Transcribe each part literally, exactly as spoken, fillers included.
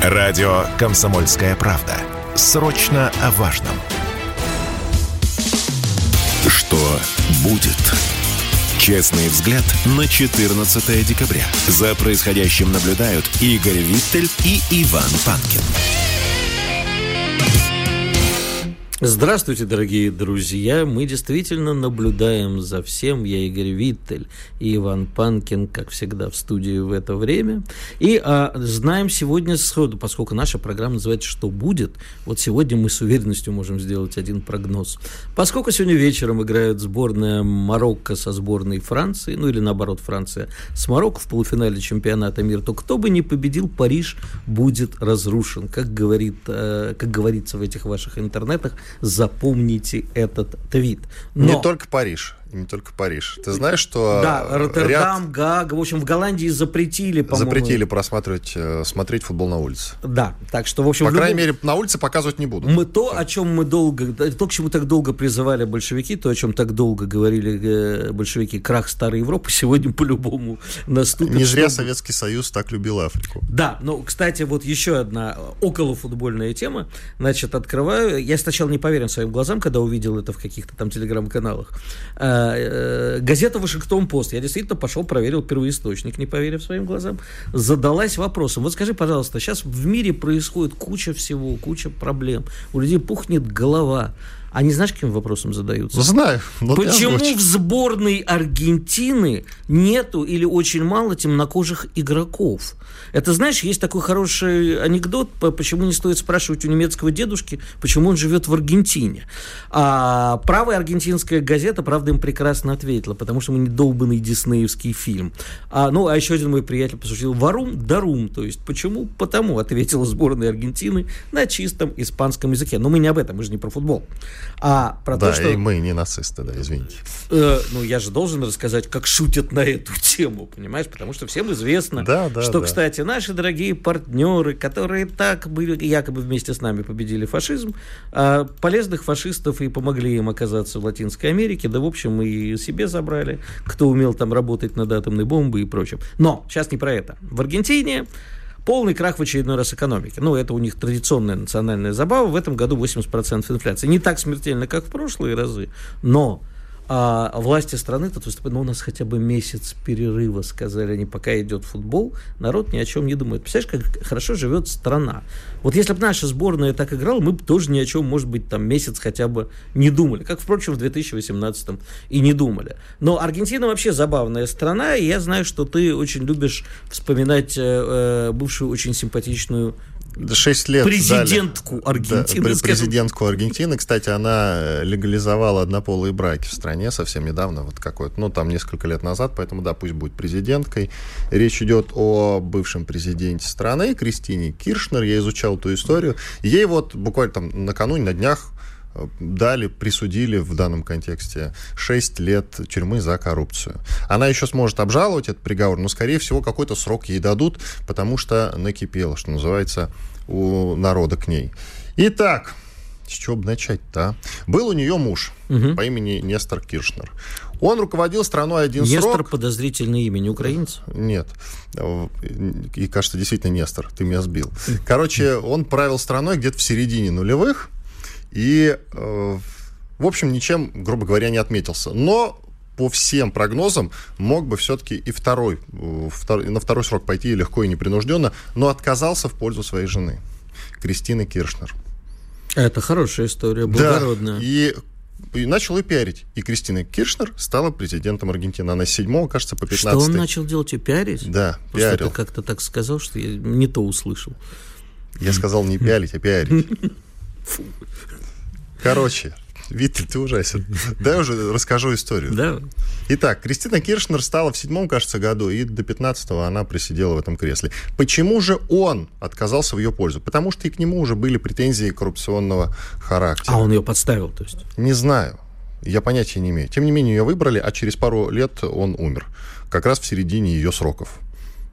Радио «Комсомольская правда». Срочно о важном. Что будет? Честный взгляд на четырнадцатое декабря. За происходящим наблюдают Игорь Виттель и Иван Панкин. Здравствуйте, дорогие друзья. Мы действительно наблюдаем за всем. Я Игорь Виттель и Иван Панкин, как всегда, в студии в это время. И а, знаем сегодня сходу, поскольку наша программа называется «Что будет?». Вот сегодня мы с уверенностью можем сделать один прогноз. Поскольку сегодня вечером играют сборная Марокко со сборной Франции, ну или наоборот Франция с Марокко в полуфинале чемпионата мира, то кто бы ни победил, Париж будет разрушен. Как, говорит, э, как говорится в этих ваших интернетах, запомните этот твит. Но... Не только Париж. Не только Париж. Ты знаешь, что... Да, Роттердам, ряд... Гаага. В общем, в Голландии запретили, по-моему... Запретили просматривать, смотреть футбол на улице. Да, так что, в общем... По в любом... крайней мере, на улице показывать не будут. Мы то, о чем мы долго... То, к чему так долго призывали большевики, то, о чем так долго говорили большевики, крах старой Европы, сегодня по-любому наступит. Не зря чтобы... Советский Союз так любил Африку. Да, ну, кстати, вот еще одна околофутбольная тема. Значит, открываю... Я сначала не поверил своим глазам, когда увидел это в каких-то там телеграм-каналах. Газета «Вашингтон-Пост». Я действительно пошел, проверил первоисточник, не поверив своим глазам. Задалась вопросом. Вот скажи, пожалуйста, сейчас в мире происходит куча всего, куча проблем. У людей пухнет голова. Они знаешь, каким вопросом задаются? Знаю. Почему в сборной Аргентины нету или очень мало темнокожих игроков? Это, знаешь, есть такой хороший анекдот, почему не стоит спрашивать у немецкого дедушки, почему он живет в Аргентине. А правая аргентинская газета, правда, им прекрасно ответила, потому что мы не долбанный диснеевский фильм. А, ну, а еще один мой приятель пошутил: варум дарум. То есть, почему? Потому, ответила сборная Аргентины на чистом испанском языке. Но мы не об этом, мы же не про футбол. А про да, то, что... и мы не нацисты, да, извините. Э, ну, я же должен рассказать, как шутят на эту тему, понимаешь? Потому что всем известно, да, да, что, да. кстати, наши дорогие партнеры, которые так были, якобы вместе с нами победили фашизм, а полезных фашистов и помогли им оказаться в Латинской Америке, да, в общем, и себе забрали, кто умел там работать над атомной бомбой и прочим. Но сейчас не про это. В Аргентине полный крах в очередной раз экономики. Ну, это у них традиционная национальная забава. В этом году восемьдесят процентов инфляции. Не так смертельно, как в прошлые разы, но а, власти страны тут выступают. Ну, у нас хотя бы месяц перерыва, сказали они, пока идет футбол. Народ ни о чем не думает. Представляешь, как хорошо живет страна. Вот если бы наша сборная так играла, мы бы тоже ни о чем, может быть, там месяц хотя бы не думали. Как, впрочем, в две тысячи восемнадцатом и не думали. Но Аргентина вообще забавная страна, и я знаю, что ты очень любишь вспоминать э, бывшую очень симпатичную Шесть лет президентку дали. Аргентины. Да, президентку Аргентины. Кстати, она легализовала однополые браки в стране совсем недавно, вот какой-то, ну, там несколько лет назад, поэтому, да, пусть будет президенткой. Речь идет о бывшем президенте страны, Кристине Киршнер. Я изучал эту историю. Ей вот буквально там накануне, на днях дали, присудили в данном контексте шесть лет тюрьмы за коррупцию. Она еще сможет обжаловать этот приговор, но, скорее всего, какой-то срок ей дадут, потому что накипело, что называется, у народа к ней. Итак, с чего бы начать-то? А? Был у нее муж угу. по имени Нестор Киршнер. Он руководил страной один Нестор срок. Нестор подозрительное имя, не украинец? Нет. И, кажется, действительно Нестор. Ты меня сбил. Короче, он правил страной где-то в середине нулевых. И, э, в общем, ничем, грубо говоря, не отметился. Но по всем прогнозам мог бы все-таки и второй, втор, на второй срок пойти легко и непринужденно, но отказался в пользу своей жены, Кристины Киршнер. Это хорошая история, благородная. Да, и, и начал и пиарить. И Кристина Киршнер стала президентом Аргентины. Она с седьмого, кажется, по пятнадцатый. Что он начал делать и пиарить? Да, просто пиарил. Ты как-то так сказал, что я не то услышал. Я сказал не пиарить, а пиарить. Фу. Короче, Виттель, ты ужасен. Дай уже расскажу историю. Да. Итак, Кристина Киршнер стала в седьмом, кажется, году, и до пятнадцатого она просидела в этом кресле. Почему же он отказался в ее пользу? Потому что и к нему уже были претензии коррупционного характера. А он ее подставил, то есть? Не знаю. Я понятия не имею. Тем не менее, ее выбрали, а через пару лет он умер. Как раз в середине ее сроков.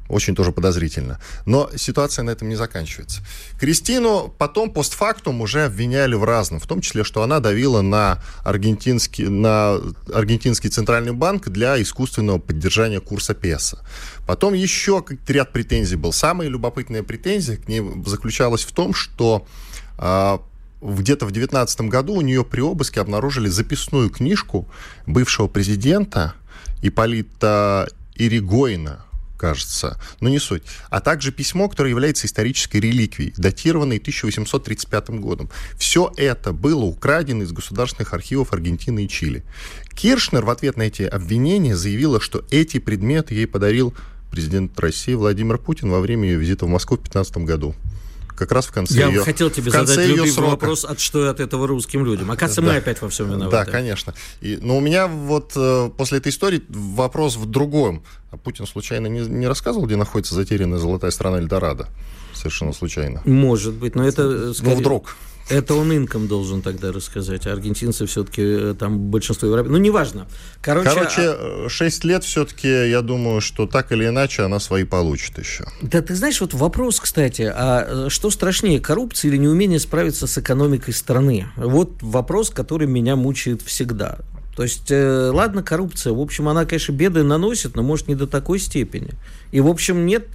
Очень тоже подозрительно. Но ситуация на этом не заканчивается. Кристину потом постфактум уже обвиняли в разном, в том числе, что она давила на аргентинский, на аргентинский центральный банк для искусственного поддержания курса песо. Потом еще ряд претензий был. Самая любопытная претензия к ней заключалась в том, что а, где-то в две тысячи девятнадцатом году у нее при обыске обнаружили записную книжку бывшего президента Ипполита Йригойена, кажется, но не суть. А также письмо, которое является исторической реликвией, датированной тысяча восемьсот тридцать пятым годом. Все это было украдено из государственных архивов Аргентины и Чили. Киршнер в ответ на эти обвинения заявила, что эти предметы ей подарил президент России Владимир Путин во время ее визита в Москву в две тысячи пятнадцатом году. Как раз в конце Я ее... Я хотел тебе задать любимый вопрос, от что от этого русским людям. Оказывается, да. мы опять во всем виноваты. Да, конечно. И, но у меня вот э, после этой истории вопрос в другом. А Путин случайно не, не рассказывал, где находится затерянная золотая страна Эльдорадо? Совершенно случайно. Может быть, но это... Скорее... Ну, вдруг... Это он инкам должен тогда рассказать, а аргентинцы все-таки там большинство европейцев. Ну, неважно. Короче, Короче, шесть лет все-таки, я думаю, что так или иначе она свои получит еще. Да, ты знаешь, вот вопрос, кстати, а что страшнее, коррупция или неумение справиться с экономикой страны? Вот вопрос, который меня мучает всегда. То есть, э, ладно, коррупция, в общем, она, конечно, беды наносит, но, может, не до такой степени. И, в общем, нет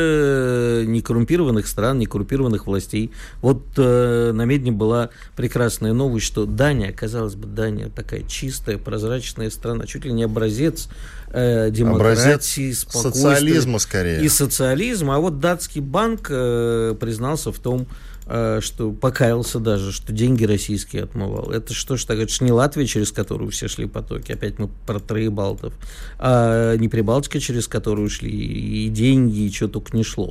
э, ни коррумпированных стран, ни коррумпированных властей. Вот э, на Медне была прекрасная новость, что Дания, казалось бы, Дания такая чистая, прозрачная страна, чуть ли не образец э, демократии, образец социализма, скорее. И социализма. А вот датский банк э, признался в том, что покаялся даже, что деньги российские отмывал. Это что ж так? Это ж не Латвия, через которую все шли потоки. Опять мы про Троебалтов. А не Прибалтика, через которую шли и деньги, и что только не шло.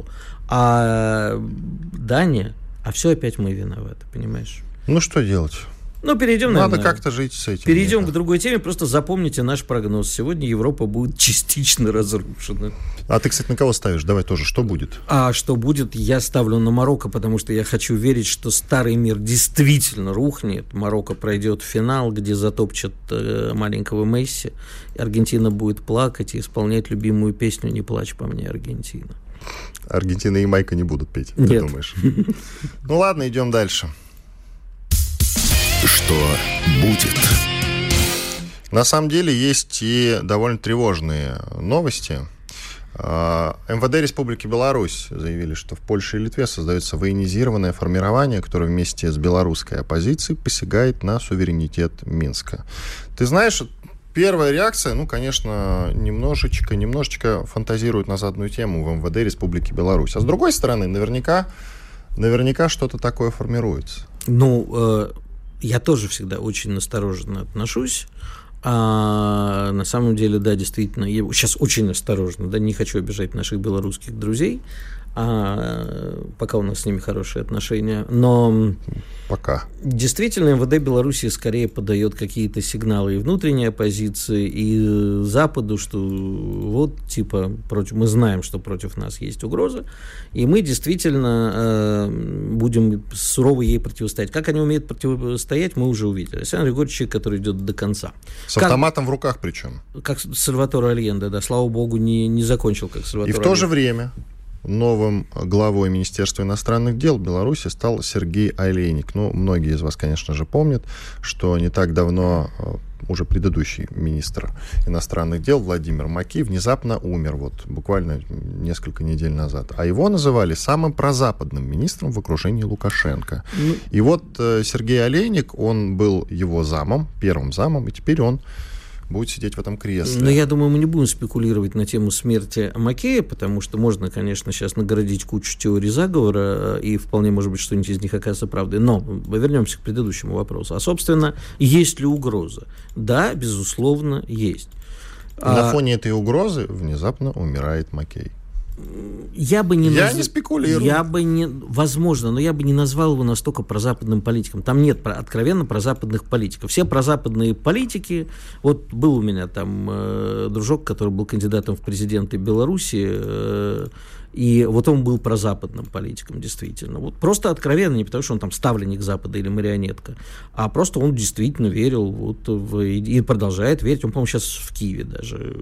А Дания, а все опять мы виноваты, понимаешь? Ну, что делать? Ну, перейдем, Надо наверное, как-то жить с этим. Перейдем нет. к другой теме. Просто запомните наш прогноз. Сегодня Европа будет частично разрушена. А ты, кстати, на кого ставишь? Давай тоже. Что будет? А что будет, я ставлю на Марокко, потому что я хочу верить, что старый мир действительно рухнет. Марокко пройдет финал, где затопчет э, маленького Месси. Аргентина будет плакать и исполнять любимую песню «Не плачь по мне, Аргентина». Аргентина и Майка не будут петь, Нет. ты думаешь? Ну ладно, идем дальше. Что будет? На самом деле есть и довольно тревожные новости. эм вэ дэ Республики Беларусь заявили, что в Польше и Литве создается военизированное формирование, которое вместе с белорусской оппозицией посягает на суверенитет Минска. Ты знаешь, первая реакция, ну, конечно, немножечко, немножечко фантазирует на заданную тему в эм вэ дэ Республики Беларусь. А с другой стороны, наверняка, наверняка что-то такое формируется. Ну, э, я тоже всегда очень настороженно отношусь. А на самом деле, да, действительно, я сейчас очень осторожно, да, не хочу обижать наших белорусских друзей, а, пока у нас с ними хорошие отношения, но пока. Действительно, эм вэ дэ Беларуси скорее подает какие-то сигналы и внутренней оппозиции, и Западу, что вот, типа, против, мы знаем, что против нас есть угроза, и мы действительно э, будем сурово ей противостоять. Как они умеют противостоять, мы уже увидели. Александр Григорьевич, человек, который идет до конца. С как, автоматом в руках причем. Как Сальваторе Альенде, да, слава богу, не, не закончил как Сальваторе И в Альенде. то же время новым главой Министерства иностранных дел Беларуси стал Сергей Олейник. Ну, многие из вас, конечно же, помнят, что не так давно уже предыдущий министр иностранных дел Владимир Маки внезапно умер, вот буквально несколько недель назад. А его называли самым прозападным министром в окружении Лукашенко. Mm. И вот Сергей Олейник, он был его замом, первым замом, и теперь он будет сидеть в этом кресле. Но я думаю, мы не будем спекулировать на тему смерти Макея, потому что можно, конечно, сейчас нагородить кучу теорий заговора, и вполне может быть, что-нибудь из них окажется правдой. Но вернемся к предыдущему вопросу. А, собственно, есть ли угроза? Да, безусловно, есть. На а... фоне этой угрозы внезапно умирает Макей. Я бы не Я наз... не спекулирую. Я бы не... Возможно, но я бы не назвал его настолько прозападным политиком. Там нет про... откровенно прозападных политиков. Все прозападные политики... Вот был у меня там э, дружок, который был кандидатом в президенты Беларуси, э, И вот он был прозападным политиком, действительно. Вот просто откровенно, не потому что он там ставленник Запада или марионетка, а просто он действительно верил вот в, и продолжает верить. Он, по-моему, сейчас в Киеве даже,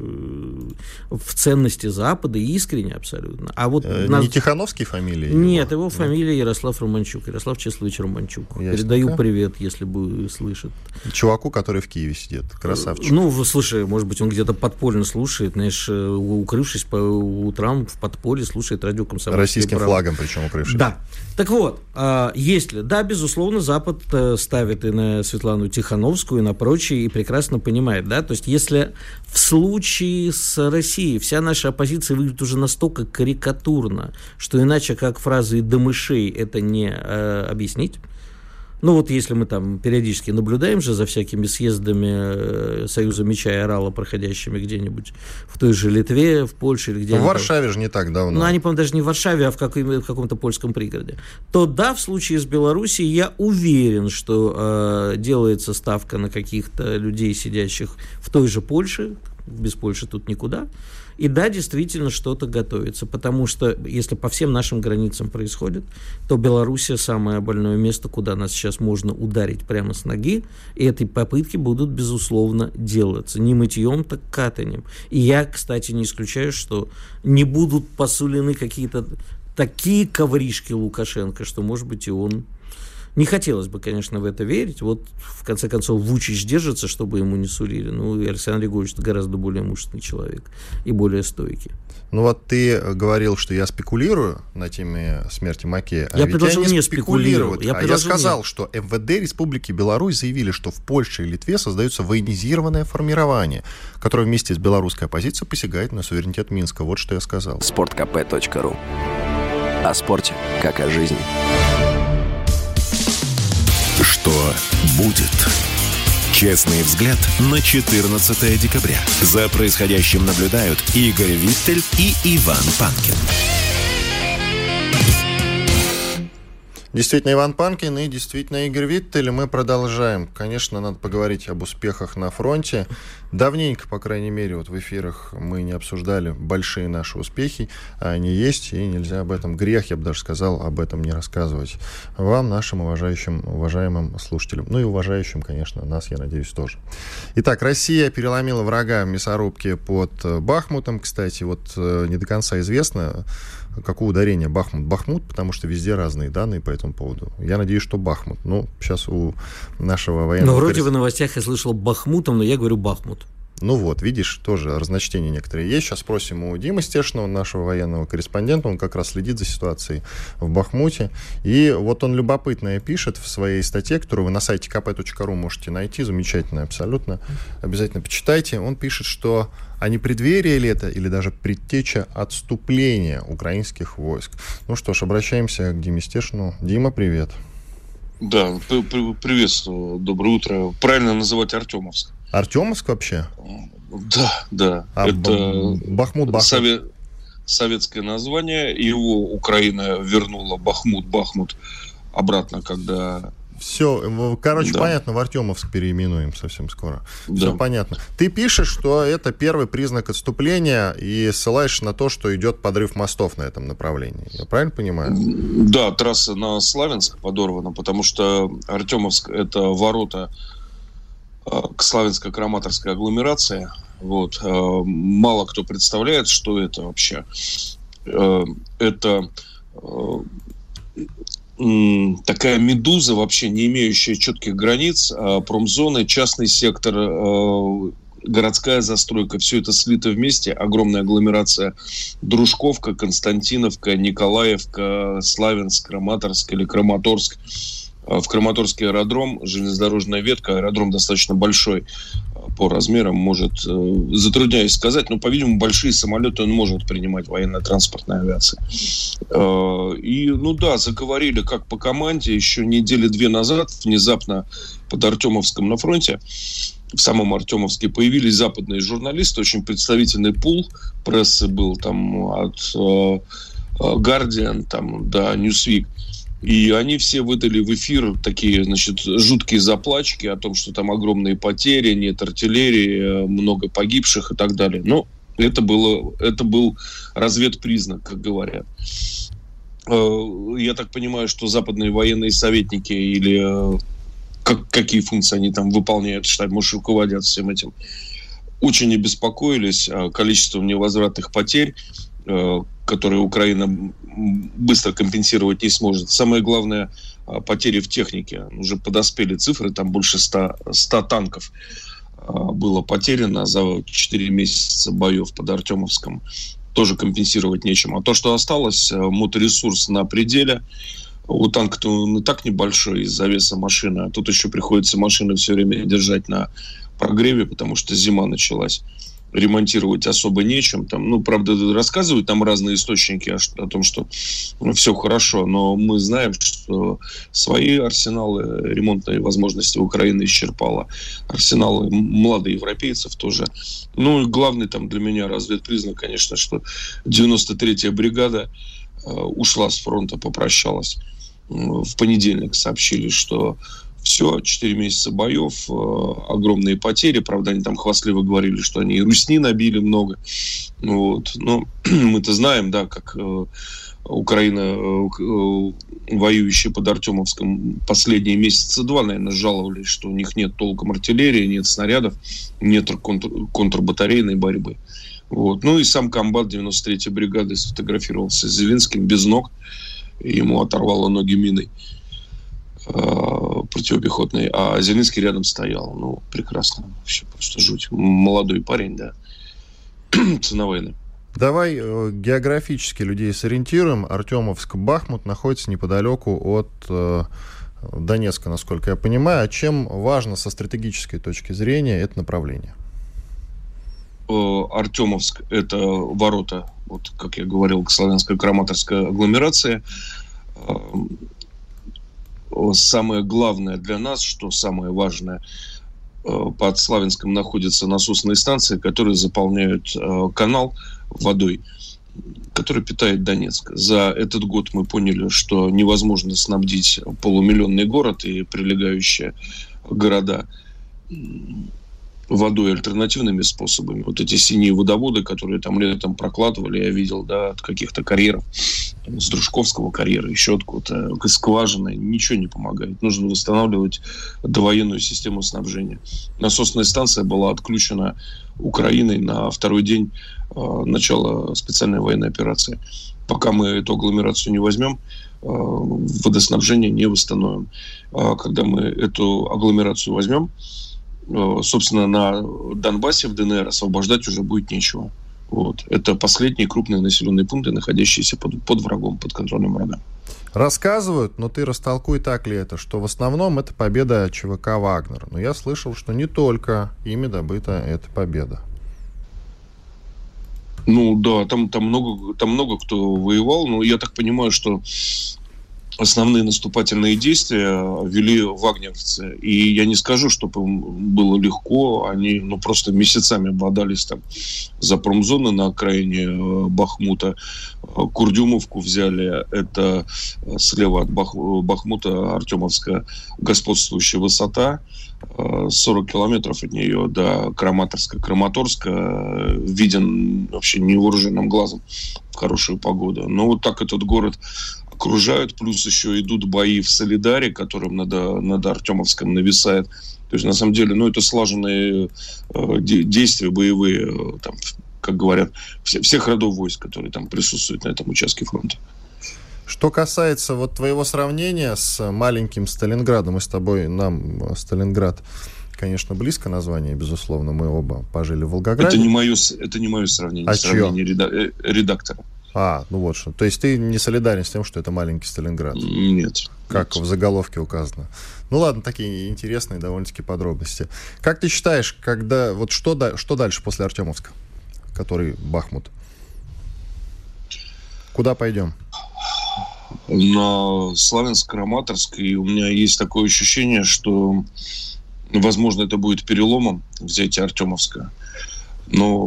в ценности Запада, и искренне абсолютно. А вот э, нас... Не Тихановский фамилия? Нет, его, его да. фамилия Ярослав Романчук. Ярослав Числович Романчук. Ясненько. Передаю привет, если бы слышит. Чуваку, который в Киеве сидит. Красавчик. Ну, слушай, может быть, он где-то подпольно слушает, знаешь, укрывшись по утрам в подполье, слушает радио «Комсомольская Российским правда». флагом, причем укрывшись. Да. Так вот, если, да, безусловно, Запад ставит и на Светлану Тихановскую, и на прочие, и прекрасно понимает, да, то есть если в случае с Россией вся наша оппозиция выглядит уже настолько карикатурно, что иначе как фразой «до мышей» это не э, объяснить. Ну вот если мы там периодически наблюдаем же за всякими съездами Союза Меча и Орала, проходящими где-нибудь в той же Литве, в Польше или где-нибудь. В Варшаве же не так давно. Ну, они, по-моему, даже не в Варшаве, а в, какой- в каком-то польском пригороде. То да, в случае с Белоруссией я уверен, что э, делается ставка на каких-то людей, сидящих в той же Польше. Без Польши тут никуда. И да, действительно, что-то готовится, потому что если по всем нашим границам происходит, то Белоруссия самое больное место, куда нас сейчас можно ударить прямо с ноги, и эти попытки будут, безусловно, делаться. Не мытьем, так катанием. И я, кстати, не исключаю, что не будут посулены какие-то такие ковришки Лукашенко, что, может быть, и он... Не хотелось бы, конечно, в это верить. Вот, в конце концов, Вучич держится, чтобы ему не сулили. Ну, и Александр Григорьевич гораздо более мужественный человек и более стойкий. Ну вот ты говорил, что я спекулирую на теме смерти Макея. А я ведь предложил я не не спекулировать. спекулировать. Я, а я сказал, нет. что эм вэ дэ Республики Беларусь заявили, что в Польше и Литве создается военизированное формирование, которое вместе с белорусской оппозицией посягает на суверенитет Минска. Вот что я сказал. спорткп точка ру. О спорте, как о жизни. Что будет? Честный взгляд на четырнадцатое декабря. За происходящим наблюдают Игорь Виттель и Иван Панкин. Действительно, Иван Панкин и действительно Игорь Виттель. Мы продолжаем. Конечно, надо поговорить об успехах на фронте. Давненько, по крайней мере, вот в эфирах мы не обсуждали большие наши успехи. А они есть, и нельзя об этом, грех, я бы даже сказал, об этом не рассказывать. Вам, нашим уважающим, уважаемым слушателям. Ну и уважающим, конечно, нас, я надеюсь, тоже. Итак, Россия переломила врага в мясорубке под Бахмутом. Кстати, вот не до конца известно, какое ударение Бахмут. Бахмут, потому что везде разные данные по этому поводу. Я надеюсь, что Бахмут. Ну, сейчас у нашего военного... Но вроде в новостях я слышал Бахмутом, но я говорю Бахмут. Ну вот, видишь, тоже разночтения некоторые есть. Сейчас спросим у Димы Стешного, нашего военного корреспондента. Он как раз следит за ситуацией в Бахмуте. И вот он любопытное пишет в своей статье, которую вы на сайте ка пэ точка ру можете найти. Замечательная абсолютно. Обязательно почитайте. Он пишет, что а не преддверие ли это, или даже предтеча отступления украинских войск. Ну что ж, обращаемся к Диме Стешину. Дима, привет. Да, приветствую, доброе утро. Правильно называть Артемовск. Артемовск вообще? Да, да. А это Бахмут, Бахмут. Совет, советское название. Его Украина вернула Бахмут, Бахмут обратно, когда... Все, короче, да. понятно, в Артемовск переименуем совсем скоро. Да. Все понятно. Ты пишешь, что это первый признак отступления и ссылаешь на то, что идет подрыв мостов на этом направлении. Я правильно понимаю? Да, трасса на Славянск подорвана, потому что Артемовск — это ворота к Славянско-Краматорской агломерации. Вот. Мало кто представляет, что это вообще. Это такая медуза, вообще не имеющая четких границ, промзоны, частный сектор, городская застройка, все это слито вместе, огромная агломерация. Дружковка, Константиновка, Николаевка, Славянск, Краматорск или Краматорск. В Краматорский аэродром, железнодорожная ветка, аэродром достаточно большой по размерам, может, затрудняюсь сказать, но, по-видимому, большие самолеты он может принимать, военно-транспортная авиация. И, ну да, заговорили как по команде, еще недели две назад, внезапно под Артемовском на фронте, в самом Артемовске появились западные журналисты, очень представительный пул прессы был там от Guardian там, до Newsweek. И они все выдали в эфир такие, значит, жуткие заплачки о том, что там огромные потери, нет артиллерии, много погибших и так далее. Ну, Это, было, это был разведпризнак, как говорят. Я так понимаю, что западные военные советники или как, какие функции они там выполняют, штаб, может, руководят всем этим, очень обеспокоились количеством невозвратных потерь, которые Украина быстро компенсировать не сможет. Самое главное, потери в технике. Уже подоспели цифры, там больше ста танков было потеряно за четыре месяца боев под Артемовском. Тоже компенсировать нечем. А то, что осталось, моторесурс на пределе. У танка-то он и так небольшой из-за веса машины. А тут еще приходится машины все время держать на прогреве, потому что зима началась. Ремонтировать особо нечем. Там, ну, правда, рассказывают там разные источники о, о том, что ну, все хорошо, но мы знаем, что свои арсеналы, ремонтные возможности Украины исчерпала. Арсеналы младоевропейцев тоже. Ну, и главный там для меня разведпризнак, конечно, что девяносто третья бригада э, ушла с фронта, попрощалась. В понедельник сообщили, что все, четыре месяца боев, э, огромные потери. Правда, они там хвастливо говорили, что они и русни набили много. Вот. Но мы-то знаем, да, как э, Украина, э, э, воюющая под Артемовском, последние месяца два, наверное, жаловались, что у них нет толком артиллерии, нет снарядов, нет контр, контрбатарейной борьбы. Вот. Ну и сам комбат девяносто третьей бригады сфотографировался с Зеленским без ног. Ему оторвало ноги миной противопехотный, а Зеленский рядом стоял. Ну, прекрасно. Вообще просто жуть. Молодой парень, да. Цена войны. Давай э, географически людей сориентируем. Артемовск, Бахмут находится неподалеку от э, Донецка, насколько я понимаю. А чем важно со стратегической точки зрения это направление? Э, Артемовск – это ворота, вот как я говорил, к славянско-краматорской агломерации. Э, Самое главное для нас, что самое важное, под Славянском находятся насосные станции, которые заполняют канал водой, который питает Донецк. За этот год мы поняли, что невозможно снабдить полумиллионный город и прилегающие города водой альтернативными способами. Вот эти синие водоводы, которые там летом прокладывали, я видел, да, от каких-то карьеров, там, с Дружковского карьера, еще откуда-то, скважины, ничего не помогает. Нужно восстанавливать довоенную систему снабжения. Насосная станция была отключена Украиной на второй день э, начала специальной военной операции. Пока мы эту агломерацию не возьмем, э, водоснабжение не восстановим. А когда мы эту агломерацию возьмем, собственно, на Донбассе, в ДНР, освобождать уже будет нечего. Вот. Это последние крупные населенные пункты, находящиеся под, под врагом, под контролем врага. Рассказывают, но ты растолкуй, так ли это, что в основном это победа ЧВК «Вагнер». Но я слышал, что не только ими добыта эта победа. Ну да, там, там, много, там много кто воевал, но я так понимаю, что основные наступательные действия вели вагнеровцы. И я не скажу, чтобы им было легко. Они ну, просто месяцами бодались там за промзоны на окраине Бахмута. Курдюмовку взяли. Это слева от Бах, Бахмута Артемовская господствующая высота. сорок километров от нее до Краматорска. Краматорска виден вообще невооруженным глазом в хорошую погоду. Но вот так этот город окружают, плюс еще идут бои в Солидаре, которым над, над Артемовском нависает. То есть, на самом деле, ну, это слаженные э, действия боевые, э, там, как говорят, все, всех родов войск, которые там присутствуют на этом участке фронта. Что касается вот твоего сравнения с маленьким Сталинградом, мы с тобой, нам Сталинград, конечно, близко название, безусловно, мы оба пожили в Волгограде. Это не мое, это не мое сравнение, а сравнение реда- редактора. А, ну вот что. То есть ты не солидарен с тем, что это маленький Сталинград? Нет. Как нет. В заголовке указано. Ну ладно, такие интересные довольно-таки подробности. Как ты считаешь, когда вот что, да, что дальше после Артемовска, который Бахмут? Куда пойдем? На Славянск-Краматорск. И у меня есть такое ощущение, что, возможно, это будет переломом взятия Артемовска. Но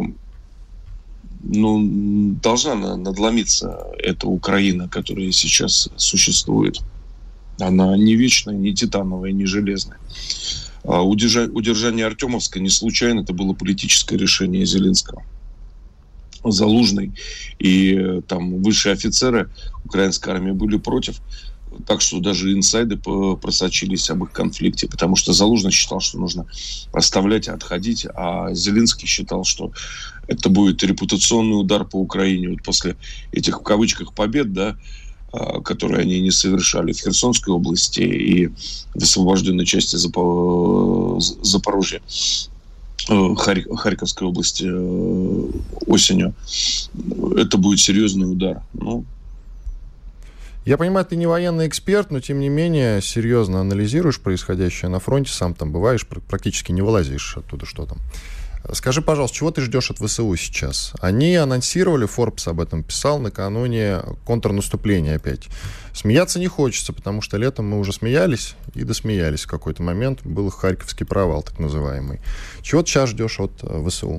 ну, должна надломиться эта Украина, которая сейчас существует. Она не вечная, не титановая, не железная. А удержа... удержание Артемовска не случайно, это было политическое решение Зеленского. Залужный и там высшие офицеры украинской армии были против. Так что даже инсайды просочились об их конфликте, потому что Залужный считал, что нужно оставлять и отходить, а Зеленский считал, что это будет репутационный удар по Украине. Вот после этих, в кавычках, побед, да, которые они не совершали в Херсонской области и в освобожденной части Запорожья, Харьковской области осенью, это будет серьезный удар. Ну, я понимаю, ты не военный эксперт, но тем не менее серьезно анализируешь происходящее на фронте, сам там бываешь, практически не вылазишь оттуда, что там. Скажи, пожалуйста, чего ты ждешь от ВСУ сейчас? Они анонсировали, Forbes об этом писал, накануне контрнаступления опять. Смеяться не хочется, потому что летом мы уже смеялись и досмеялись в какой-то момент. Был Харьковский провал, так называемый. Чего ты сейчас ждешь от ВСУ?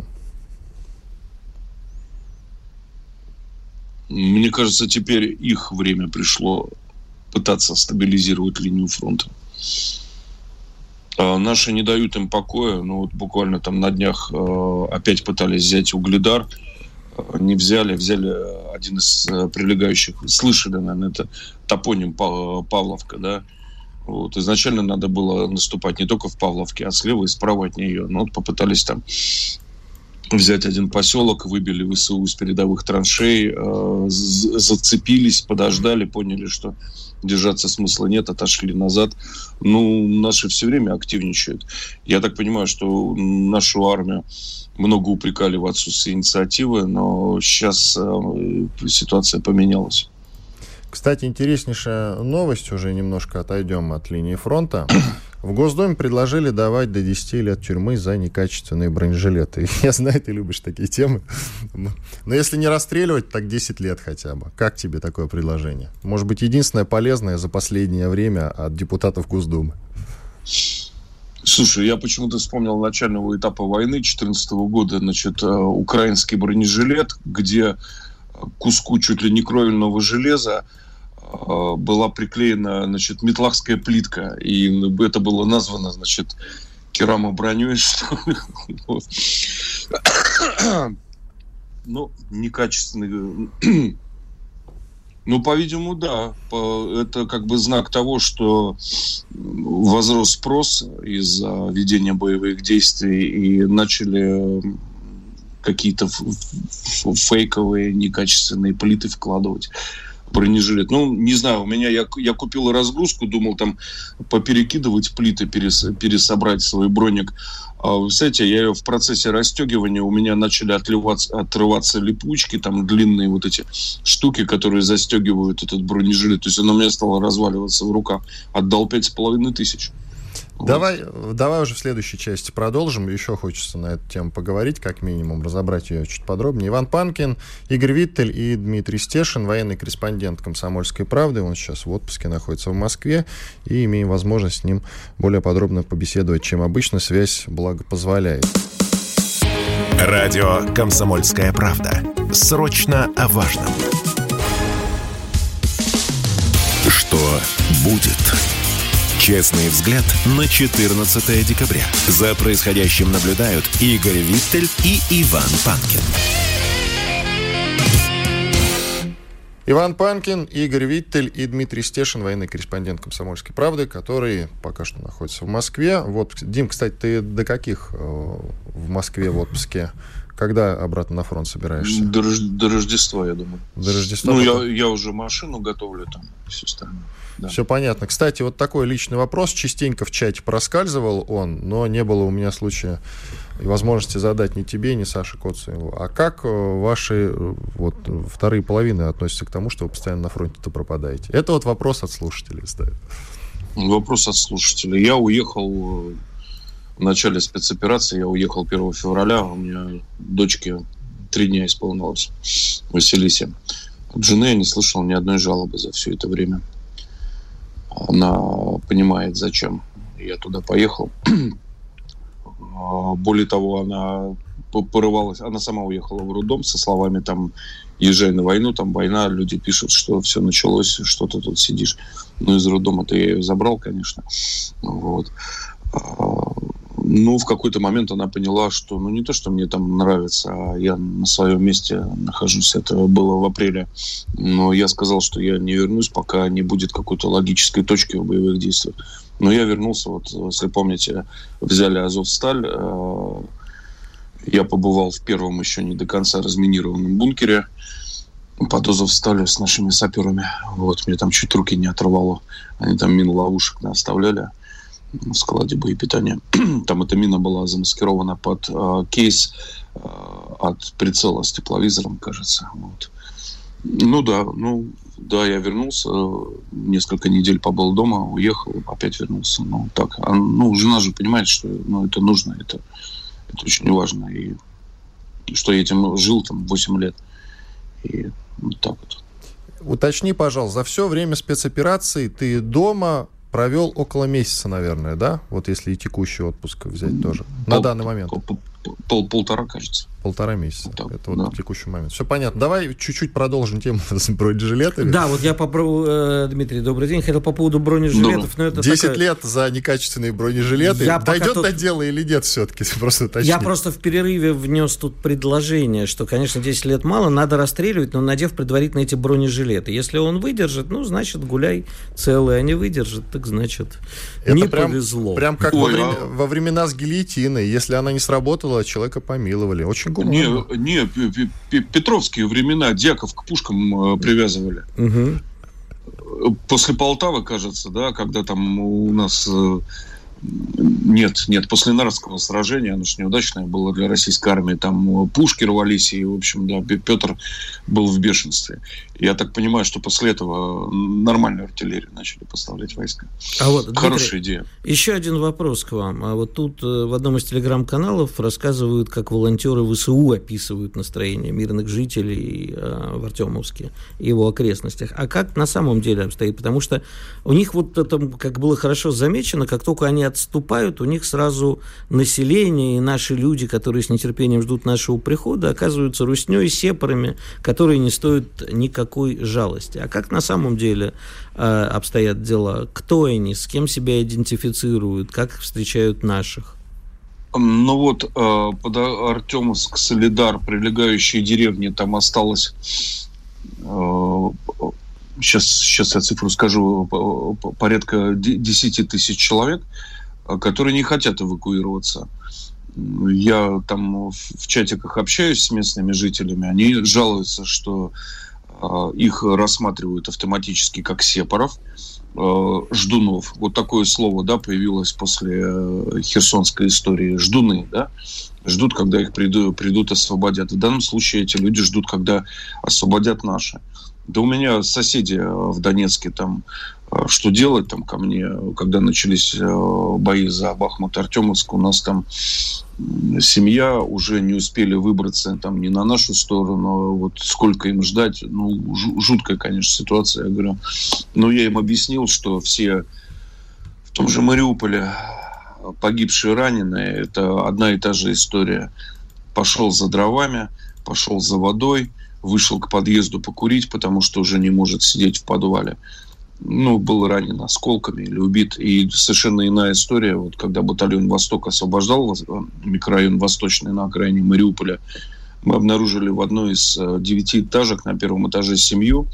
Мне кажется, теперь их время пришло пытаться стабилизировать линию фронта. А наши не дают им покоя. Ну, вот буквально там на днях э, опять пытались взять Угледар. Не взяли. Взяли один из э, прилегающих. Слышали, наверное, это топоним Павловка, да? Вот. Изначально надо было наступать не только в Павловке, а слева и справа от нее. Но вот попытались там взять один поселок, выбили ВСУ из передовых траншей, э, зацепились, подождали, поняли, что держаться смысла нет, отошли назад. Ну, наши все время активничают. Я так понимаю, что нашу армию много упрекали в отсутствии инициативы, но сейчас э, ситуация поменялась. Кстати, интереснейшая новость, уже немножко отойдем от линии фронта. В Госдуме предложили давать до десяти лет тюрьмы за некачественные бронежилеты. Я знаю, ты любишь такие темы. Но если не расстреливать, так десять лет хотя бы. Как тебе такое предложение? Может быть, единственное полезное за последнее время от депутатов Госдумы? Слушай, я почему-то вспомнил начального этапа войны две тысячи четырнадцатого года, значит, украинский бронежилет, где куску чуть ли не кровельного железа была приклеена, значит, метлахская плитка, и это было названо, значит, керамоброней, что ли. Ну, некачественный. Ну, по-видимому, да. Это как бы знак того, что возрос спрос из-за ведения боевых действий, и начали какие-то фейковые, некачественные плиты вкладывать в бронежилет. Ну, не знаю, у меня, я, я купил разгрузку, думал там поперекидывать плиты, перес, пересобрать свой броник. А, кстати, я ее в процессе расстегивания, у меня начали отливаться, отрываться липучки, там длинные вот эти штуки, которые застегивают этот бронежилет. То есть оно у меня стало разваливаться в руках. Отдал пять с половиной тысяч. Давай, давай уже в следующей части продолжим. Еще хочется на эту тему поговорить, как минимум, разобрать ее чуть подробнее. Иван Панкин, Игорь Виттель и Дмитрий Стешин, военный корреспондент «Комсомольской правды». Он сейчас в отпуске находится в Москве, и имеем возможность с ним более подробно побеседовать, чем обычно. Связь, благо, позволяет. Радио «Комсомольская правда». Срочно о важном. Что будет? Честный взгляд на четырнадцатое декабря. За происходящим наблюдают Игорь Виттель и Иван Панкин. Иван Панкин, Игорь Виттель и Дмитрий Стешин, военный корреспондент «Комсомольской правды», которые пока что находятся в Москве. Вот, Дим, кстати, ты до каких э, в Москве в отпуске? Когда обратно на фронт собираешься? До, до Рождества, я думаю. До Рождества? Ну, потом... я, я уже машину готовлю там, все остальное. Да. Все понятно. Кстати, вот такой личный вопрос. Частенько в чате проскальзывал он, но не было у меня случая и возможности задать ни тебе, ни Саше Коцеву. А как ваши вот, вторые половины относятся к тому, что вы постоянно на фронте-то пропадаете? Это вот вопрос от слушателей ставит. Вопрос от слушателей. Я уехал в начале спецоперации, я уехал первого февраля, у меня дочке три дня исполнилось, Василисе. От жены я не слышал ни одной жалобы за все это время. Она понимает, зачем я туда поехал. Более того, она порывалась, она сама уехала в роддом со словами там: езжай на войну, там война, люди пишут, что все началось, что ты тут сидишь. Ну, из роддома-то я ее забрал, конечно. Вот. Ну, в какой-то момент она поняла, что, ну, не то, что мне там нравится, а я на своем месте нахожусь. Это было в апреле. Но я сказал, что я не вернусь, пока не будет какой-то логической точки в боевых действиях. Но я вернулся, вот, если помните, взяли Азовсталь. Я побывал в первом еще не до конца разминированном бункере под Азовсталью с нашими саперами. Вот, мне там чуть руки не оторвало. Они там мин ловушек оставляли в складе боепитания. Там эта мина была замаскирована под э, кейс э, от прицела с тепловизором, кажется. Вот. Ну да, ну да, я вернулся, несколько недель побыл дома, уехал, опять вернулся. Ну так, а, ну жена же понимает, что ну, это нужно, это, это очень важно. И, и что я этим жил там восемь лет. И вот так вот. Уточни, пожалуйста, за все время спецоперации ты дома провел около месяца, наверное, да? Вот если и текущий отпуск взять тоже. Пол, на данный момент. Пол, пол, полтора, кажется. Полтора месяца. Так, это вот да. в текущий момент. Все понятно. Давай чуть-чуть продолжим тему с бронежилетами. Да, вот я попробую, Дмитрий, добрый день. Хотел по поводу бронежилетов. Но это десять такая... лет за некачественные бронежилеты. Я Дойдет тут... до дела или нет все-таки? Просто уточни. Я просто в перерыве внес тут предложение, что, конечно, десять лет мало, надо расстреливать, но надев предварительно эти бронежилеты. Если он выдержит, ну, значит, гуляй целый, а не выдержит, так значит, это не прям, повезло. Прям как Ой, во, время, а... во времена с гильотиной. Если она не сработала, человека помиловали. Очень гуманно. Не, не, Петровские времена дьяков к пушкам э, привязывали. Угу. После Полтавы, кажется, да, когда там у нас... Э, Нет, нет, после Нарвского сражения, оно же неудачное было для российской армии, там пушки рвались, и, в общем, да, Петр был в бешенстве. Я так понимаю, что после этого нормальную артиллерию начали поставлять войска. А вот, хорошая Дмитрий, идея. Еще один вопрос к вам. А вот тут в одном из телеграм-каналов рассказывают, как волонтеры ВСУ описывают настроение мирных жителей в Артемовске и его окрестностях. А как на самом деле обстоит? Потому что у них вот это, как было хорошо замечено, как только они отступают, у них сразу население и наши люди, которые с нетерпением ждут нашего прихода, оказываются руснёй, сепарами, которые не стоят никакой жалости. А как на самом деле э, обстоят дела? Кто они, с кем себя идентифицируют, как встречают наших? Ну вот, э, под Артемовск, Солидар, прилегающие деревни, там осталось... Э, Сейчас, сейчас я цифру скажу, порядка десять тысяч человек, которые не хотят эвакуироваться. Я там в чатиках общаюсь с местными жителями, они жалуются, что их рассматривают автоматически как сепаров, ждунов. Вот такое слово, да, появилось после херсонской истории. Ждуны, да, ждут, когда их придут, придут освободят. В данном случае эти люди ждут, когда освободят наши. Да у меня соседи в Донецке там, что делать там ко мне, когда начались бои за Бахмут, Артемовск, у нас там семья, уже не успели выбраться там не на нашу сторону, вот сколько им ждать, ну, жуткая, конечно, ситуация, я говорю. Но я им объяснил, что все в том же Мариуполе погибшие, раненые, это одна и та же история. Пошел за дровами, пошел за водой, вышел к подъезду покурить, потому что уже не может сидеть в подвале. Ну, был ранен осколками или убит. И совершенно иная история. Вот когда батальон «Восток» освобождал микрорайон Восточный на окраине Мариуполя, мы обнаружили в одной из девятиэтажек на первом этаже семью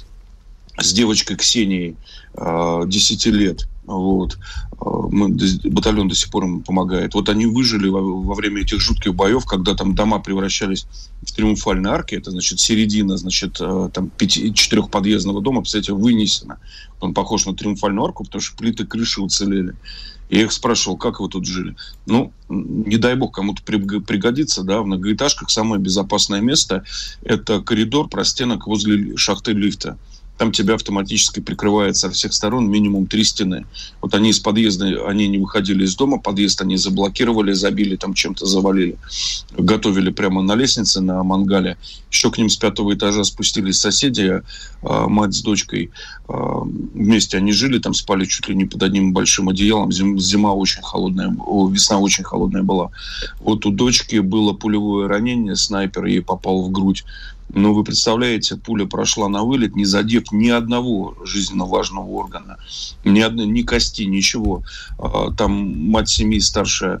с девочкой Ксенией, десяти лет. Вот. Мы, батальон до сих пор им помогает. Вот они выжили во, во время этих жутких боев, когда там дома превращались в триумфальные арки. Это, значит, середина, значит, там пяти, четырехподъездного дома, кстати, вынесена. Он похож на триумфальную арку, потому что плиты крыши уцелели. Я их спрашивал, как вы тут жили? Ну, не дай бог кому-то пригодится, да, в многоэтажках самое безопасное место – это коридор простенок возле шахты лифта. Там тебя автоматически прикрывает со всех сторон минимум три стены. Вот они из подъезда, они не выходили из дома, подъезд они заблокировали, забили, там чем-то завалили. Готовили прямо на лестнице, на мангале. Еще к ним с пятого этажа спустились соседи, мать с дочкой. Вместе они жили, там спали чуть ли не под одним большим одеялом. Зима очень холодная, весна очень холодная была. Вот у дочки было пулевое ранение, снайпер ей попал в грудь. Но вы представляете, пуля прошла на вылет, не задев ни одного жизненно важного органа, ни одной, ни кости, ничего. Там мать семьи, старшая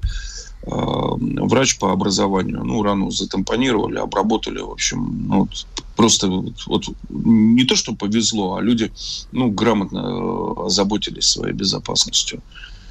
врач по образованию, ну, рану затампонировали, обработали, в общем, ну, вот, просто вот, вот, не то, что повезло, а люди, ну, грамотно заботились своей безопасностью.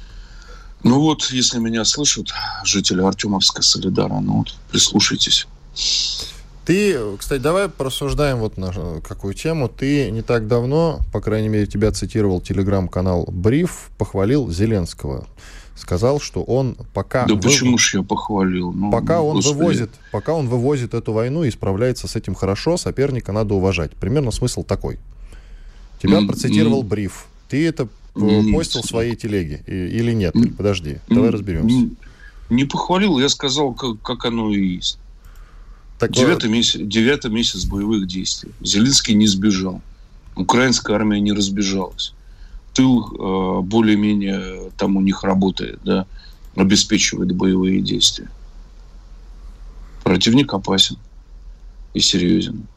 Ну вот, если меня слышат жители Артемовска, Солидара, ну вот, прислушайтесь. Ты, кстати, давай порассуждаем вот на какую тему. Ты не так давно, по крайней мере, тебя цитировал телеграм-канал «Бриф», похвалил Зеленского. Сказал, что он пока... Да вы... почему ж я похвалил? Ну, пока, он вывозит, господи. пока он вывозит эту войну и справляется с этим хорошо, соперника надо уважать. Примерно смысл такой. Тебя mm-hmm. процитировал «Бриф». Ты это mm-hmm. постил в своей телеге или нет? Mm-hmm. Подожди, mm-hmm. давай разберемся. Mm-hmm. Не похвалил, я сказал, как, как оно и есть. Так, девятый, месяц, девятый месяц боевых действий. Зеленский не сбежал. Украинская армия не разбежалась. Тыл э, более-менее там у них работает, да, обеспечивает боевые действия. Противник опасен и серьезен.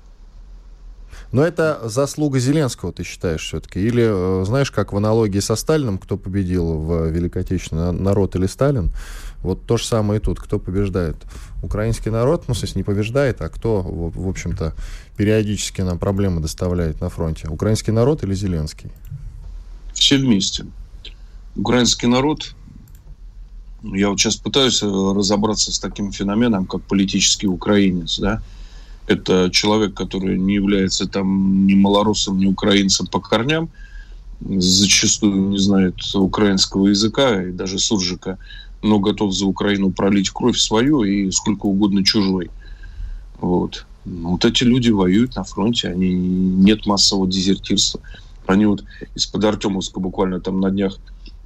Но это заслуга Зеленского, ты считаешь, все-таки? Или, знаешь, как в аналогии со Сталиным, кто победил в Великой Отечественной, народ или Сталин? Вот то же самое и тут. Кто побеждает? Украинский народ, ну, в смысле, не побеждает, а кто, в общем-то, периодически нам проблемы доставляет на фронте? Украинский народ или Зеленский? Все вместе. Украинский народ... Я вот сейчас пытаюсь разобраться с таким феноменом, как политический украинец, да? Это человек, который не является там ни малорусом, ни украинцем по корням, зачастую не знает украинского языка и даже суржика, но готов за Украину пролить кровь свою и сколько угодно чужой. Вот. Вот эти люди воюют на фронте, они, нет массового дезертирства. Они вот из-под Артемовска буквально там на днях,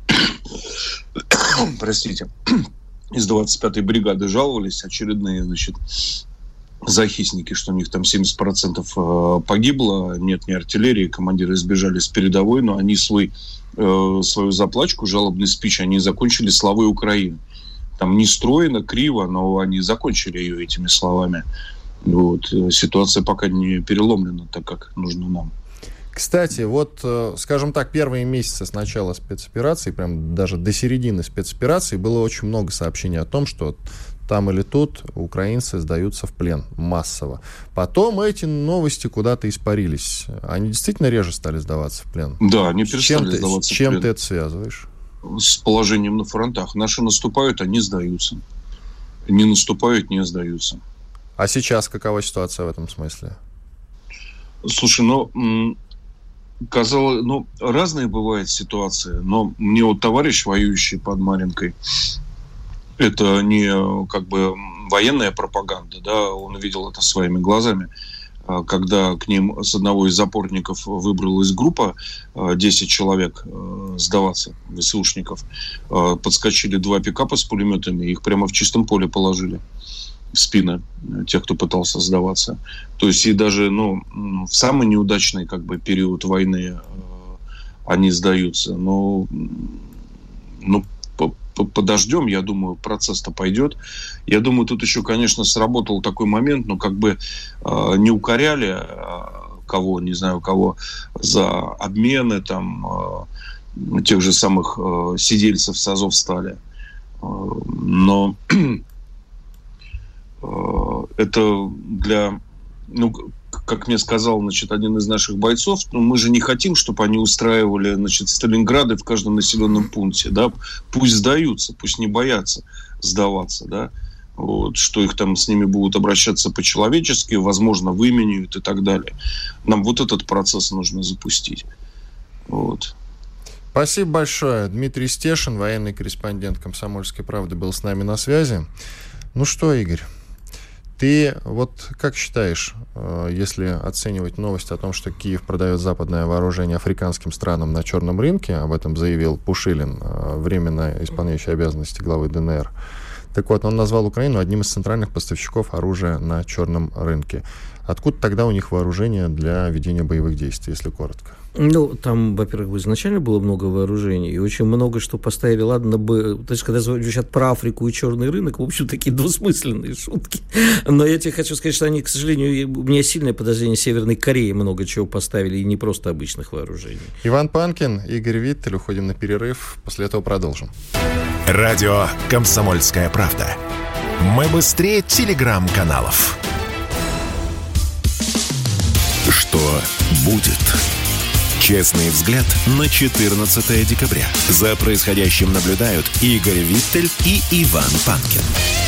простите, из двадцать пятой бригады жаловались очередные, значит, захисники, что у них там семьдесят процентов погибло, нет ни артиллерии, командиры сбежали с передовой, но они свой, э, свою заплачку, жалобный спич, они закончили славой Украины. Там не стройно, криво, но они закончили ее этими словами. Вот. Ситуация пока не переломлена так, как нужно нам. Кстати, вот, скажем так, первые месяцы с начала спецоперации, прям даже до середины спецоперации, было очень много сообщений о том, что там или тут украинцы сдаются в плен массово. Потом эти новости куда-то испарились. Они действительно реже стали сдаваться в плен? Да, они перестали чем сдаваться ты, в чем плен. Чем ты это связываешь? С положением на фронтах. Наши наступают, они сдаются. Не наступают, не сдаются. А сейчас какова ситуация в этом смысле? Слушай, ну... Казалось, ну, разные бывают ситуации, но мне вот товарищ, воюющий под Марьинкой, это не как бы военная пропаганда, да, он видел это своими глазами, когда к ним с одного из запорников выбралась группа, десять человек сдаваться, ВСУшников, подскочили два пикапа с пулеметами, их прямо в чистом поле положили в спины тех, кто пытался сдаваться. То есть и даже, ну, в самый неудачный как бы период войны э, они сдаются. Но, ну, подождем, я думаю, процесс-то пойдет. Я думаю, тут еще, конечно, сработал такой момент, но как бы э, не укоряли э, кого, не знаю кого, за обмены там э, тех же самых э, сидельцев с Азовстали. Э, но это для, ну, как мне сказал, значит, один из наших бойцов, ну, мы же не хотим, чтобы они устраивали, значит, Сталинграды в каждом населенном пункте, да, пусть сдаются, пусть не боятся сдаваться, да, вот, что их там с ними будут обращаться по-человечески, возможно, выменяют и так далее. Нам вот этот процесс нужно запустить. Вот. Спасибо большое. Дмитрий Стешин, военный корреспондент «Комсомольской правды», был с нами на связи. Ну что, Игорь, ты вот как считаешь, если оценивать новость о том, что Киев продает западное вооружение африканским странам на черном рынке, об этом заявил Пушилин, временно исполняющий обязанности главы ДНР, Так вот, он назвал Украину одним из центральных поставщиков оружия на черном рынке. Откуда тогда у них вооружение для ведения боевых действий, если коротко? Ну, там, во-первых, изначально было много вооружений, и очень много что поставили, ладно бы... То есть, когда звучат про Африку и черный рынок, в общем, такие двусмысленные шутки. Но я тебе хочу сказать, что они, к сожалению, у меня сильное подозрение, Северной Кореи много чего поставили, и не просто обычных вооружений. Иван Панкин, Игорь Виттель. Уходим на перерыв, после этого продолжим. Радио «Комсомольская правда». Мы быстрее телеграм-каналов. Что будет? Честный взгляд на четырнадцатое декабря. За происходящим наблюдают Игорь Виттель и Иван Панкин.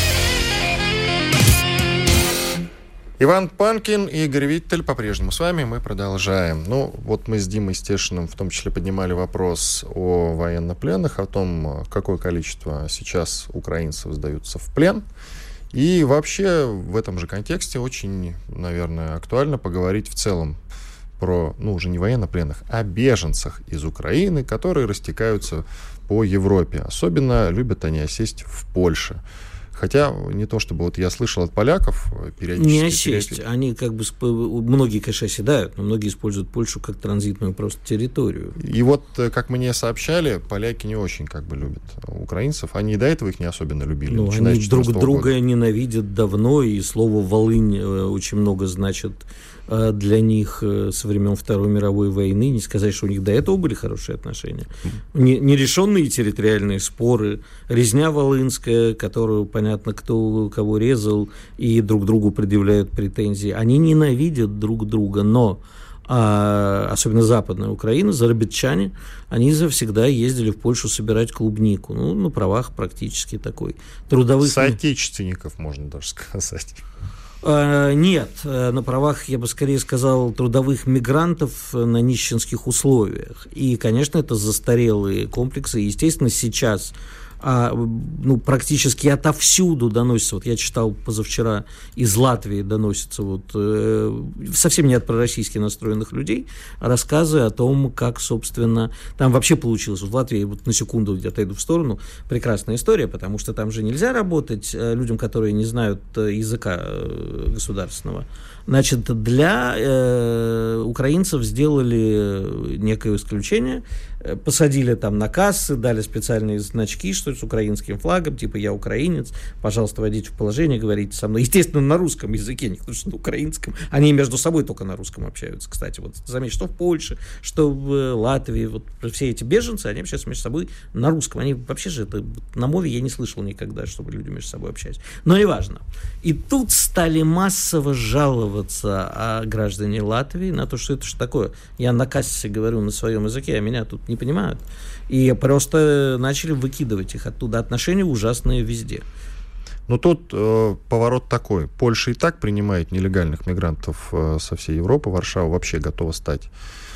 Иван Панкин и Игорь Виттель по-прежнему с вами. Мы продолжаем. Ну, вот мы с Димой Стешиным в том числе поднимали вопрос о военнопленных, о том, какое количество сейчас украинцев сдаются в плен. И вообще в этом же контексте очень, наверное, актуально поговорить в целом про, ну, уже не военнопленных, а беженцах из Украины, которые растекаются по Европе. Особенно любят они осесть в Польше. Хотя не то, чтобы вот я слышал от поляков периодически... Не осесть. Периодически... Они как бы... Многие, конечно, оседают, но многие используют Польшу как транзитную просто территорию. И вот, как мне сообщали, поляки не очень как бы любят украинцев. Они и до этого их не особенно любили. Ну, они друг друга года. ненавидят давно, и слово «Волынь» очень много значит для них со времен Второй мировой войны. Не сказать, что у них до этого были хорошие отношения. Нерешенные территориальные споры, резня волынская, которую, понятно, кто кого резал, и друг другу предъявляют претензии. Они ненавидят друг друга, но а, особенно Западная Украина, зарабитчане, они завсегда ездили в Польшу собирать клубнику. Ну, на правах практически такой. Трудовых... Соотечественников, можно даже сказать. Нет, на правах, я бы скорее сказал, трудовых мигрантов на нищенских условиях. И, конечно, это застарелые комплексы. Естественно, сейчас а, ну, практически отовсюду доносится, вот я читал позавчера, из Латвии доносятся вот, э, совсем не от пророссийски настроенных людей, рассказы о том, как, собственно, там вообще получилось. Вот в Латвии, вот на секунду я отойду в сторону, прекрасная история, потому что там же нельзя работать людям, которые не знают языка государственного. Значит, для э, украинцев сделали некое исключение, посадили там на кассы, дали специальные значки, что с украинским флагом, типа «я украинец, пожалуйста, войдите в положение, говорите со мной». Естественно, на русском языке, не потому что на украинском. Они между собой только на русском общаются, кстати. Вот заметь, что в Польше, что в Латвии, вот все эти беженцы, они общаются между собой на русском. Они вообще же, это на мове я не слышал никогда, чтобы люди между собой общались. Но неважно. И тут стали массово жаловаться а граждане Латвии на то, что это что такое. Я на кассе говорю на своем языке, а меня тут не понимают. И просто начали выкидывать их оттуда. Отношения ужасные везде. Ну, тут э, поворот такой. Польша и так принимает нелегальных мигрантов э, со всей Европы. Варшава вообще готова стать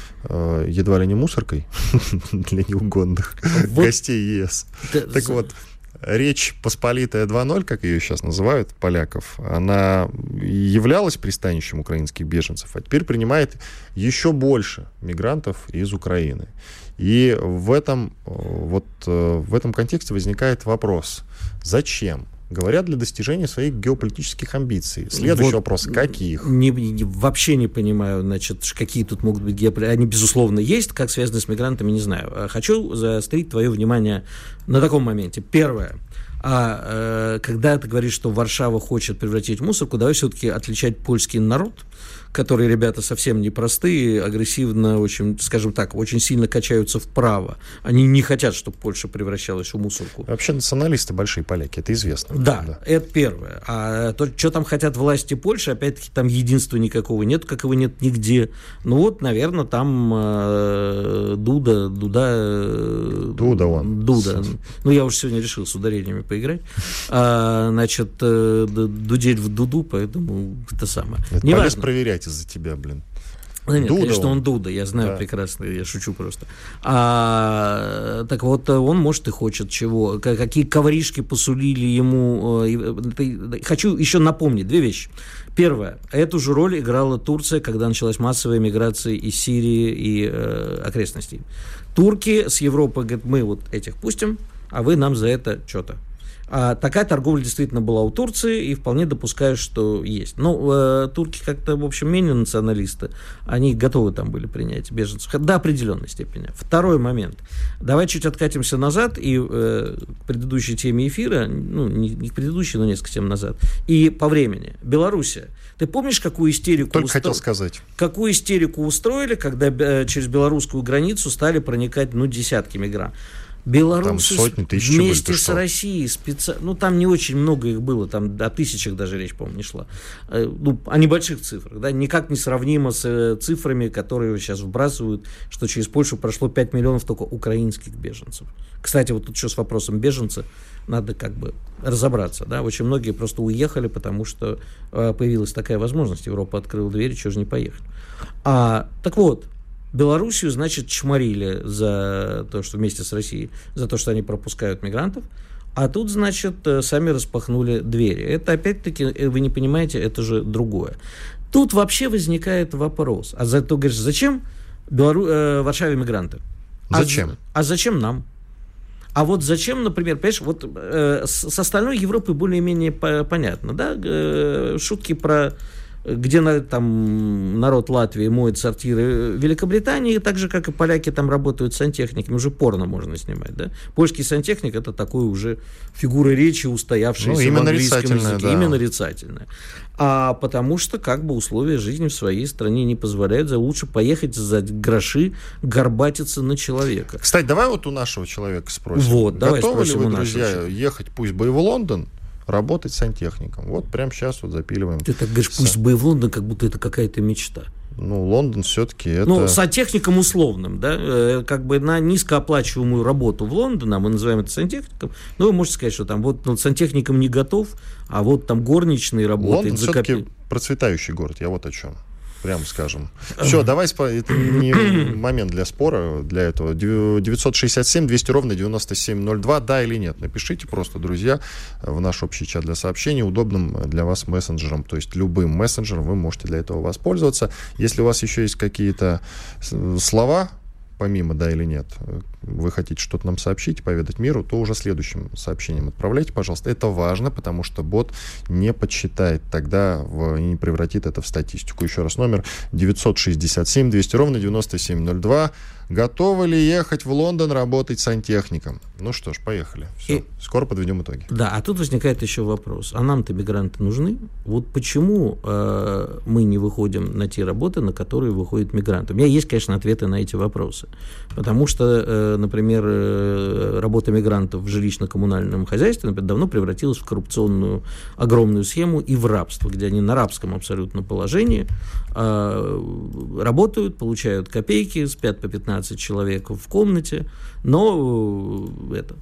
э, едва ли не мусоркой для неугодных гостей ЕС. Так вот, Речь Посполитая два ноль, как ее сейчас называют, поляков, она являлась пристанищем украинских беженцев, а теперь принимает еще больше мигрантов из Украины. И в этом, вот, в этом контексте возникает вопрос, зачем? Говорят, для достижения своих геополитических амбиций. Следующий вот вопрос, каких? Не, не, вообще не понимаю, значит, какие тут могут быть геополитические. Они, безусловно, есть, как связаны с мигрантами, не знаю. Хочу заострить твое внимание на таком моменте. Первое. А, э, когда ты говоришь, что Варшава хочет превратить в мусорку, давай все-таки отличать польский народ, которые, ребята, совсем непростые, агрессивно, очень, скажем так, очень сильно качаются вправо. Они не хотят, чтобы Польша превращалась в мусорку. Вообще националисты большие поляки, это известно. Да, да. Это первое. А то, что там хотят власти Польши, опять-таки, там единства никакого нет, как его нет нигде. Ну вот, наверное, там э, Дуда, Дуда... Дуда он. Дуда. Ну, я уже сегодня решил с ударениями поиграть. А, значит, э, дудеть в Дуду, поэтому это самое. Это полез проверять из-за тебя, блин. Да нет, Дуда конечно, он. он Дуда, я знаю, да. Прекрасно, я шучу просто. А, так вот, он, может, и хочет чего. Какие ковришки посулили ему. Хочу еще напомнить две вещи. Первое. Эту же роль играла Турция, когда началась массовая миграция из Сирии и э, окрестностей. Турки с Европы говорят, мы вот этих пустим, а вы нам за это что-то. А такая торговля действительно была у Турции, и вполне допускаю, что есть. Но э, турки как-то, в общем, менее националисты. Они готовы там были принять беженцев до определенной степени. Второй момент. Давай чуть откатимся назад и э, к предыдущей теме эфира, ну, не, не к предыдущей, но несколько тем назад, и по времени. Белоруссия. Ты помнишь, какую истерику... Только устро... хотел сказать. Какую истерику устроили, когда э, через белорусскую границу стали проникать, ну, десятки мигрантов? Белорусы сотни, тысячи вместе были, с Россией специ... ну там не очень много их было, там о тысячах даже речь, по-моему, не шла, ну, о небольших цифрах, да, никак не сравнимо с цифрами, которые сейчас вбрасывают, что через Польшу прошло пять миллионов только украинских беженцев. Кстати, вот тут еще с вопросом беженца надо как бы разобраться, да, очень многие просто уехали, потому что появилась такая возможность, Европа открыла двери, чего же не поехали. А, так вот, Белоруссию, значит, чморили за то, что вместе с Россией, за то, что они пропускают мигрантов, а тут, значит, сами распахнули двери. Это, опять-таки, вы не понимаете, это же другое. Тут вообще возникает вопрос. А за, ты говоришь, зачем Белору... э, Варшаве мигранты? Зачем? А, а зачем нам? А вот зачем, например, понимаешь, вот э, с, с остальной Европой более-менее по- понятно, да? Э, шутки про... где на, там народ Латвии моет сортиры Великобритании, так же, как и поляки там работают сантехниками, уже порно можно снимать, да? Польский сантехник — это такой уже фигура речи, устоявшаяся ну, в английском языке, да. Именно нарицательная. А потому что как бы условия жизни в своей стране не позволяют, за лучше поехать за гроши горбатиться на человека. Кстати, давай вот у нашего человека спросим. Вот, давай Готовы спросим ли вы, у друзья, нашего. ехать пусть бы и в Лондон, работать сантехником? Вот прямо сейчас вот запиливаем. Ты так говоришь, пусть бы и в Лондон, как будто это какая-то мечта. Ну, Лондон все-таки это... Ну, сантехником условным, да, э, как бы на низкооплачиваемую работу в Лондоне, мы называем это сантехником, но вы можете сказать, что там вот ну, сантехником не готов, а вот там горничный работает. Лондон за все-таки копе... процветающий город, я вот о чем. Прямо скажем. Все, давай, это не момент для спора, для этого. девятьсот шестьдесят семь двести ровно девяносто семь ноль два, да или нет. Напишите просто, друзья, в наш общий чат для сообщений, удобным для вас мессенджером. То есть любым мессенджером вы можете для этого воспользоваться. Если у вас еще есть какие-то слова, помимо «да» или «нет», вы хотите что-то нам сообщить, поведать миру, то уже следующим сообщением отправляйте, пожалуйста. Это важно, потому что бот не подсчитает тогда в, и не превратит это в статистику. Еще раз, номер девятьсот шестьдесят семь двести ровно девяносто семь ноль два. Готовы ли ехать в Лондон работать сантехником? Ну что ж, поехали. Все. И... Скоро подведем итоги. Да, а тут возникает еще вопрос. А нам-то мигранты нужны? Вот почему э, мы не выходим на те работы, на которые выходят мигранты? У меня есть, конечно, ответы на эти вопросы. Потому что, э, например, э, работа мигрантов в жилищно-коммунальном хозяйстве, например, давно превратилась в коррупционную огромную схему и в рабство, где они на рабском абсолютно положении э, работают, получают копейки, спят по пятнадцать человек в комнате, но это,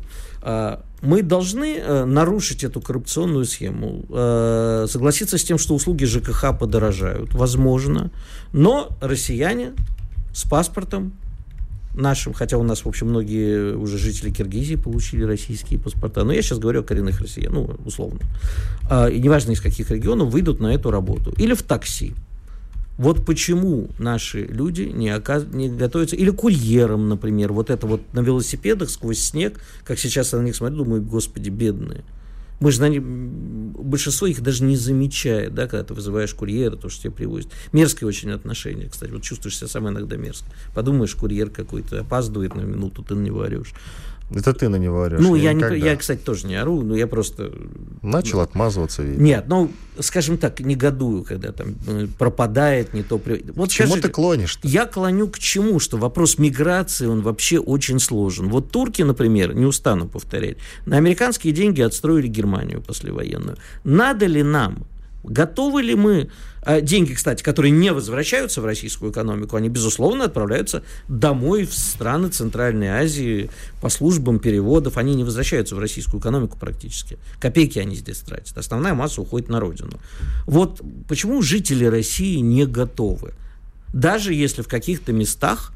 мы должны нарушить эту коррупционную схему, согласиться с тем, что услуги ЖКХ подорожают, возможно, но россияне с паспортом нашим, хотя у нас, в общем, многие уже жители Киргизии получили российские паспорта, но я сейчас говорю о коренных россиян, ну, условно, и неважно из каких регионов, выйдут на эту работу, или в такси. Вот почему наши люди не, оказ... не готовятся, или курьером, например, вот это вот на велосипедах сквозь снег, как сейчас я на них смотрю, думаю, господи, бедные. Мы же на них, большинство их даже не замечает, да, когда ты вызываешь курьера, то, что тебе привозят. Мерзкое очень отношение, кстати, вот чувствуешь себя сам иногда мерзко. Подумаешь, курьер какой-то опаздывает на минуту, ты на него орешь. Это ты на него орешь. Ну, я, я, не, я, кстати, тоже не ору, но я просто... Начал ну, отмазываться, видимо. Нет, ну, скажем так, негодую, когда там пропадает, не то... Вот к чему скажи, ты клонишь-то? Я клоню к чему? Что вопрос миграции, он вообще очень сложен. Вот турки, например, не устану повторять, на американские деньги отстроили Германию послевоенную. Надо ли нам... Готовы ли мы... Деньги, кстати, которые не возвращаются в российскую экономику, они, безусловно, отправляются домой в страны Центральной Азии по службам переводов. Они не возвращаются в российскую экономику практически. Копейки они здесь тратят. Основная масса уходит на родину. Вот почему жители России не готовы? Даже если в каких-то местах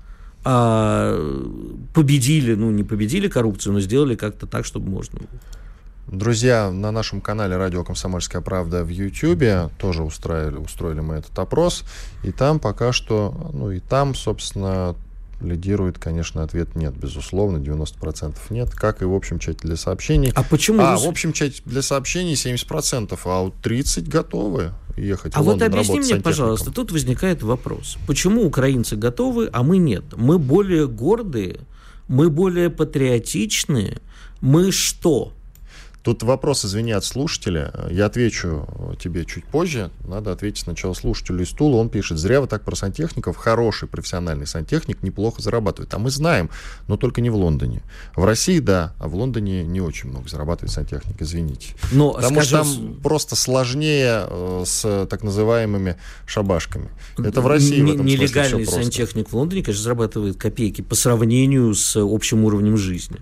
а, победили, ну, не победили коррупцию, но сделали как-то так, чтобы можно было. Друзья, на нашем канале «Радио Комсомольская правда» в Ютьюбе тоже устроили, устроили мы этот опрос. И там пока что, ну и там, собственно, лидирует, конечно, ответ нет, безусловно, девяносто процентов нет, как и в общем чате для сообщений. А почему? А, вы... в общем чате для сообщений семьдесят процентов, а вот тридцать готовы ехать а в Лондон. А вот объясни мне, пожалуйста, тут возникает вопрос. Почему украинцы готовы, а мы нет? Мы более гордые, мы более патриотичные, мы что? Тут вопрос, извини, от слушателя. Я отвечу тебе чуть позже. Надо ответить сначала слушателю из Тула. Он пишет: зря вы так про сантехников. Хороший профессиональный сантехник неплохо зарабатывает. А мы знаем, но только не в Лондоне. В России, да, а в Лондоне не очень много зарабатывает сантехник, извините. Но, Потому скажем... что там просто сложнее э, с так называемыми шабашками. Это в России Н- в этом Нелегальный сантехник в Лондоне, конечно, зарабатывает копейки по сравнению с общим уровнем жизни.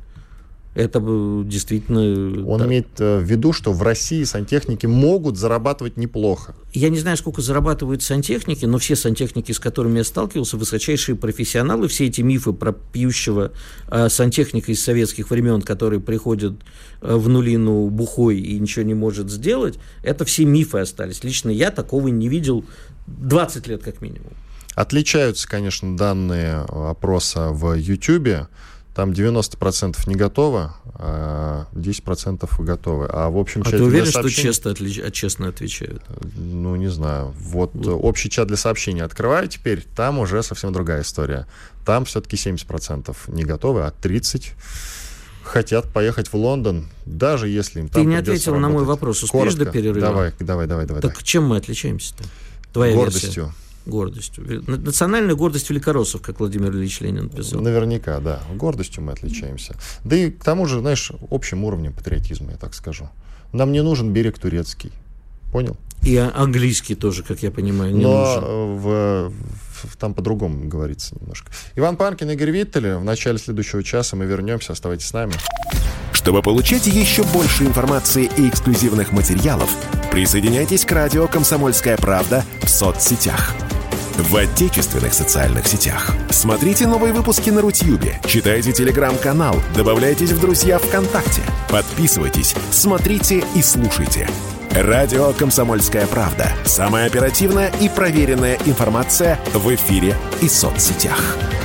Это действительно... Он да. имеет в виду, что в России сантехники могут зарабатывать неплохо. Я не знаю, сколько зарабатывают сантехники, но все сантехники, с которыми я сталкивался, высочайшие профессионалы. Все эти мифы про пьющего э, сантехника из советских времен, который приходит э, в нулину бухой и ничего не может сделать, это все мифы остались. Лично я такого не видел двадцать лет как минимум. Отличаются, конечно, данные опроса в Ютьюбе. Там девяносто процентов не готово, а десять процентов готовы. А в общем чате а ты уверен, для сообщений... что честно, отли... честно отвечают? Ну, не знаю. Вот, вот общий чат для сообщений открываю теперь, там уже совсем другая история. Там все-таки семьдесят процентов не готовы, а тридцать процентов хотят поехать в Лондон, даже если им там Ты не ответил работать. На мой вопрос. Успеешь Коротко. до перерыва? Давай, давай, давай. давай так давай. Чем мы отличаемся-то? Твоя гордостью. Версия. Гордостью. Национальная гордость великороссов, как Владимир Ильич Ленин писал. Наверняка, да. Гордостью мы отличаемся. Да и к тому же, знаешь, общим уровнем патриотизма, я так скажу. Нам не нужен берег турецкий. Понял? И английский тоже, как я понимаю, не Но нужен. В, в, там по-другому говорится немножко. Иван Панкин, Игорь Виттель. В начале следующего часа мы вернемся. Оставайтесь с нами. Чтобы получать еще больше информации и эксклюзивных материалов, присоединяйтесь к радио «Комсомольская правда» в соцсетях. В отечественных социальных сетях. Смотрите новые выпуски на Рутьюбе, читайте телеграм-канал, добавляйтесь в друзья ВКонтакте, подписывайтесь, смотрите и слушайте. Радио «Комсомольская правда». Самая оперативная и проверенная информация в эфире и соцсетях.